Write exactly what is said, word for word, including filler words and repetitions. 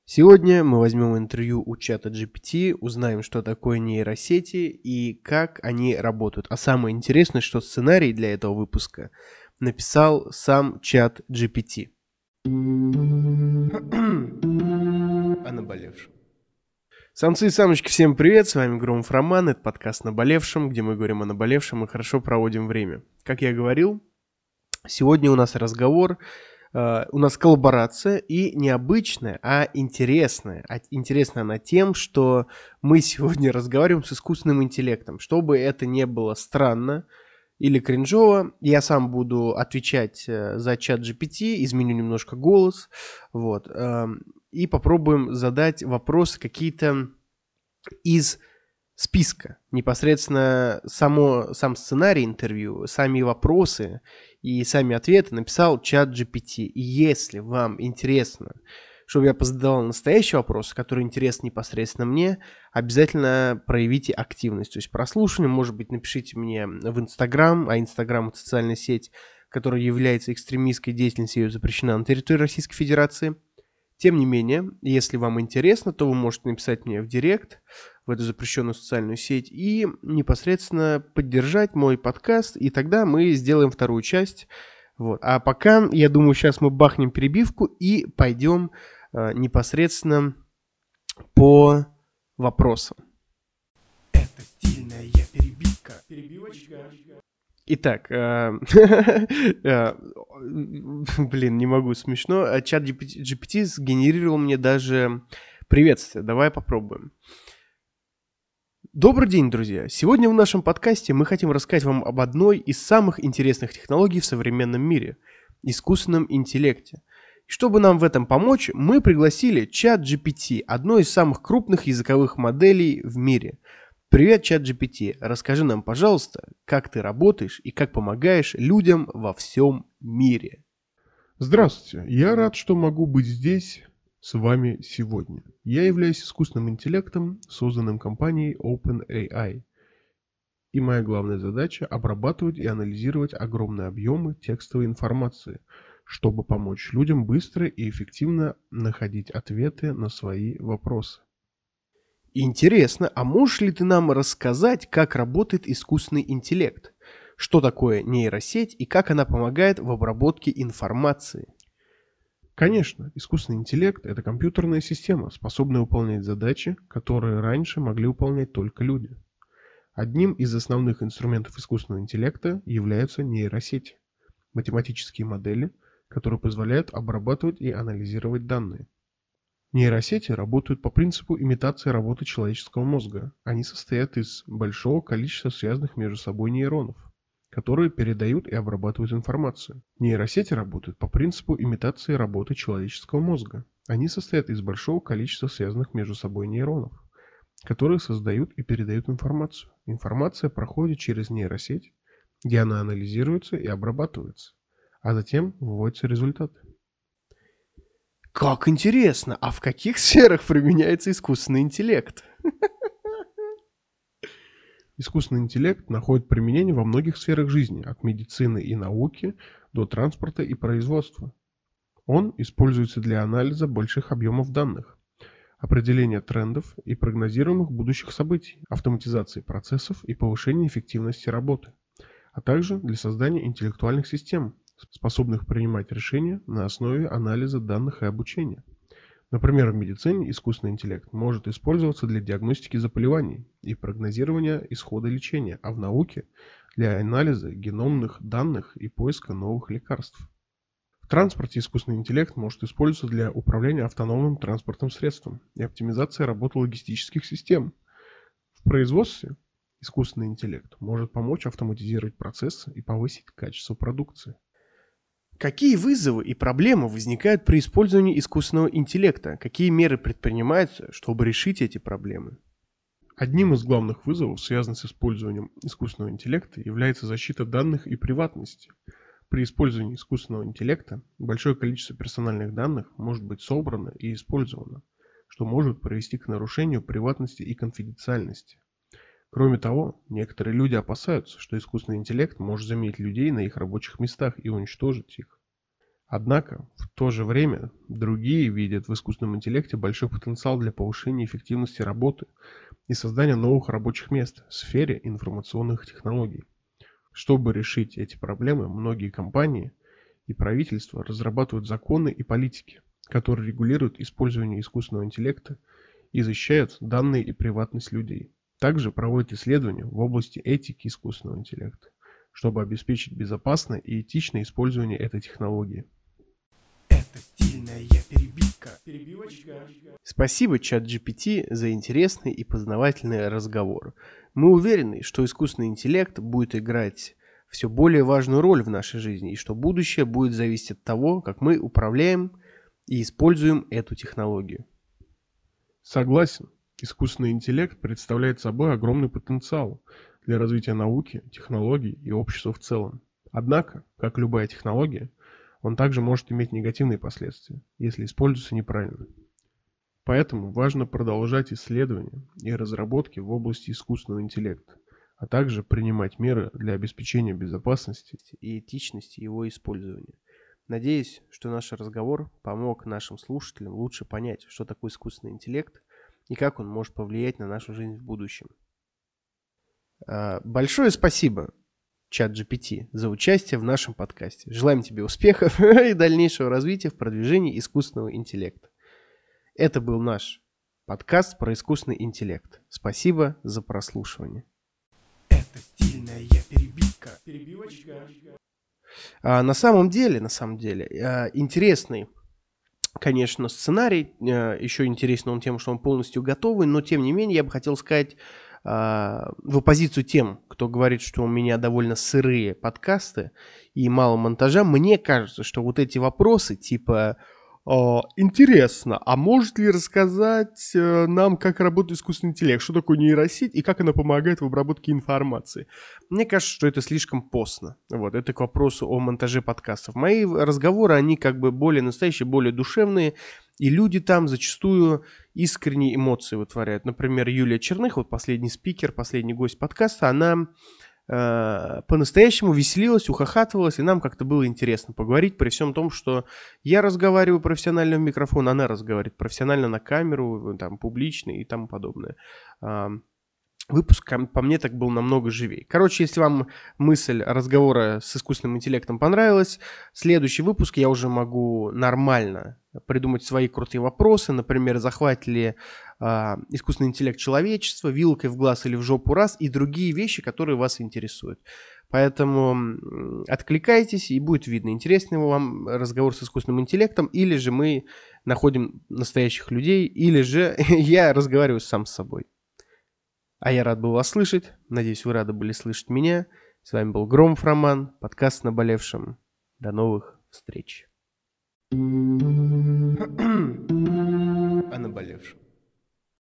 Сегодня мы возьмем интервью у чата джи пи ти, узнаем, что такое нейросети и как они работают. А самое интересное, что сценарий для этого выпуска написал сам чат джи пи ти. О наболевшем. Самцы и самочки, всем привет, с вами Громов Роман, это подкаст «Наболевшем», где мы говорим о наболевшем и хорошо проводим время. Как я говорил, сегодня у нас разговор, э, у нас коллаборация и необычная, а интересная. А интересная она тем, что мы сегодня разговариваем с искусственным интеллектом. Чтобы это не было странно или кринжово, я сам буду отвечать э, за чат джи пи ти, изменю немножко голос, вот, э, и попробуем задать вопросы какие-то из списка. Непосредственно само, сам сценарий интервью, сами вопросы и сами ответы написал чат джи пи ти. И если вам интересно, чтобы я позадавал настоящие вопросы, которые интересны непосредственно мне, обязательно проявите активность. То есть прослушивание, может быть, напишите мне в Инстаграм, а Инстаграм — это социальная сеть, которая является экстремистской деятельностью, ее запрещена на территории Российской Федерации. Тем не менее, если вам интересно, то вы можете написать мне в директ, в эту запрещенную социальную сеть, и непосредственно поддержать мой подкаст, и тогда мы сделаем вторую часть. Вот. А пока, я думаю, сейчас мы бахнем перебивку и пойдем э, непосредственно по вопросам. Это стильная перебивка. Перебивочка. Итак, э, э, блин, не могу, смешно. Чат джи пи ти сгенерировал мне даже приветствие. Давай попробуем. Добрый день, друзья! Сегодня в нашем подкасте мы хотим рассказать вам об одной из самых интересных технологий в современном мире – искусственном интеллекте. И чтобы нам в этом помочь, мы пригласили чат джи пи ти, одной из самых крупных языковых моделей в мире. Привет, чат джи пи ти. Расскажи нам, пожалуйста, как ты работаешь и как помогаешь людям во всем мире. Здравствуйте, я рад, что могу быть здесь с вами сегодня. Я являюсь искусственным интеллектом, созданным компанией OpenAI. И моя главная задача – обрабатывать и анализировать огромные объемы текстовой информации, чтобы помочь людям быстро и эффективно находить ответы на свои вопросы. Интересно, а можешь ли ты нам рассказать, как работает искусственный интеллект? Что такое нейросеть и как она помогает в обработке информации? Конечно, искусственный интеллект – это компьютерная система, способная выполнять задачи, которые раньше могли выполнять только люди. Одним из основных инструментов искусственного интеллекта являются нейросети – математические модели, которые позволяют обрабатывать и анализировать данные. Нейросети работают по принципу имитации работы человеческого мозга. Они состоят из большого количества связанных между собой нейронов, которые передают и обрабатывают информацию. Нейросети работают по принципу имитации работы человеческого мозга. Они состоят из большого количества связанных между собой нейронов, которые создают и передают информацию. Информация проходит через нейросеть, где она анализируется и обрабатывается, а затем выводятся результаты. Как интересно! А в каких сферах применяется искусственный интеллект? Искусственный интеллект находит применение во многих сферах жизни, от медицины и науки до транспорта и производства. Он используется для анализа больших объемов данных, определения трендов и прогнозируемых будущих событий, автоматизации процессов и повышения эффективности работы, а также для создания интеллектуальных систем, способных принимать решения на основе анализа данных и обучения. Например, в медицине искусственный интеллект может использоваться для диагностики заболеваний и прогнозирования исхода лечения, а в науке – для анализа геномных данных и поиска новых лекарств. В транспорте искусственный интеллект может использоваться для управления автономным транспортным средством и оптимизации работы логистических систем. В производстве искусственный интеллект может помочь автоматизировать процессы и повысить качество продукции. Какие вызовы и проблемы возникают при использовании искусственного интеллекта? Какие меры предпринимаются, чтобы решить эти проблемы? Одним из главных вызовов, связанных с использованием искусственного интеллекта, является защита данных и приватности. При использовании искусственного интеллекта большое количество персональных данных может быть собрано и использовано, что может привести к нарушению приватности и конфиденциальности. Кроме того, некоторые люди опасаются, что искусственный интеллект может заменить людей на их рабочих местах и уничтожить их. Однако, в то же время, другие видят в искусственном интеллекте большой потенциал для повышения эффективности работы и создания новых рабочих мест в сфере информационных технологий. Чтобы решить эти проблемы, многие компании и правительства разрабатывают законы и политики, которые регулируют использование искусственного интеллекта и защищают данные и приватность людей. Также проводят исследования в области этики искусственного интеллекта, чтобы обеспечить безопасное и этичное использование этой технологии. Это стильная перебивка. Перебивочка. Спасибо, чат джи пи ти, за интересный и познавательный разговор. Мы уверены, что искусственный интеллект будет играть все более важную роль в нашей жизни, и что будущее будет зависеть от того, как мы управляем и используем эту технологию. Согласен. Искусственный интеллект представляет собой огромный потенциал для развития науки, технологий и общества в целом. Однако, как любая технология, он также может иметь негативные последствия, если используется неправильно. Поэтому важно продолжать исследования и разработки в области искусственного интеллекта, а также принимать меры для обеспечения безопасности и этичности его использования. Надеюсь, что наш разговор помог нашим слушателям лучше понять, что такое искусственный интеллект и как он может повлиять на нашу жизнь в будущем. Большое спасибо, чат джи пи ти, за участие в нашем подкасте. Желаем тебе успехов и дальнейшего развития в продвижении искусственного интеллекта. Это был наш подкаст про искусственный интеллект. Спасибо за прослушивание. Это стильная перебивка. Перебивочка. А, на самом деле, на самом деле, а, интересный, конечно, сценарий. А, еще интересный он тем, что он полностью готовый, но тем не менее я бы хотел сказать а, в оппозицию тем, кто говорит, что у меня довольно сырые подкасты и мало монтажа. Мне кажется, что вот эти вопросы типа интересно, а может ли рассказать нам, как работает искусственный интеллект, что такое нейросеть и как она помогает в обработке информации? Мне кажется, что это слишком постно. Вот, это к вопросу о монтаже подкастов. Мои разговоры, они как бы более настоящие, более душевные, и люди там зачастую искренние эмоции вытворяют. Например, Юлия Черных, вот последний спикер, последний гость подкаста, она по-настоящему веселилась, ухахатывалась, и нам как-то было интересно поговорить, при всем том, что я разговариваю профессионально в микрофон, она разговаривает профессионально на камеру, там, публично и тому подобное. Выпуск, по мне, так был намного живее. Короче, если вам мысль разговора с искусственным интеллектом понравилась, следующий выпуск я уже могу нормально придумать свои крутые вопросы. Например, захватит ли а, искусственный интеллект человечество, вилкой в глаз или в жопу раз, и другие вещи, которые вас интересуют. Поэтому откликайтесь, и будет видно, интересный вам разговор с искусственным интеллектом, или же мы находим настоящих людей, или же я разговариваю сам с собой. А я рад был вас слышать. Надеюсь, вы рады были слышать меня. С вами был Громов Роман, подкаст «Наболевшим». До новых встреч.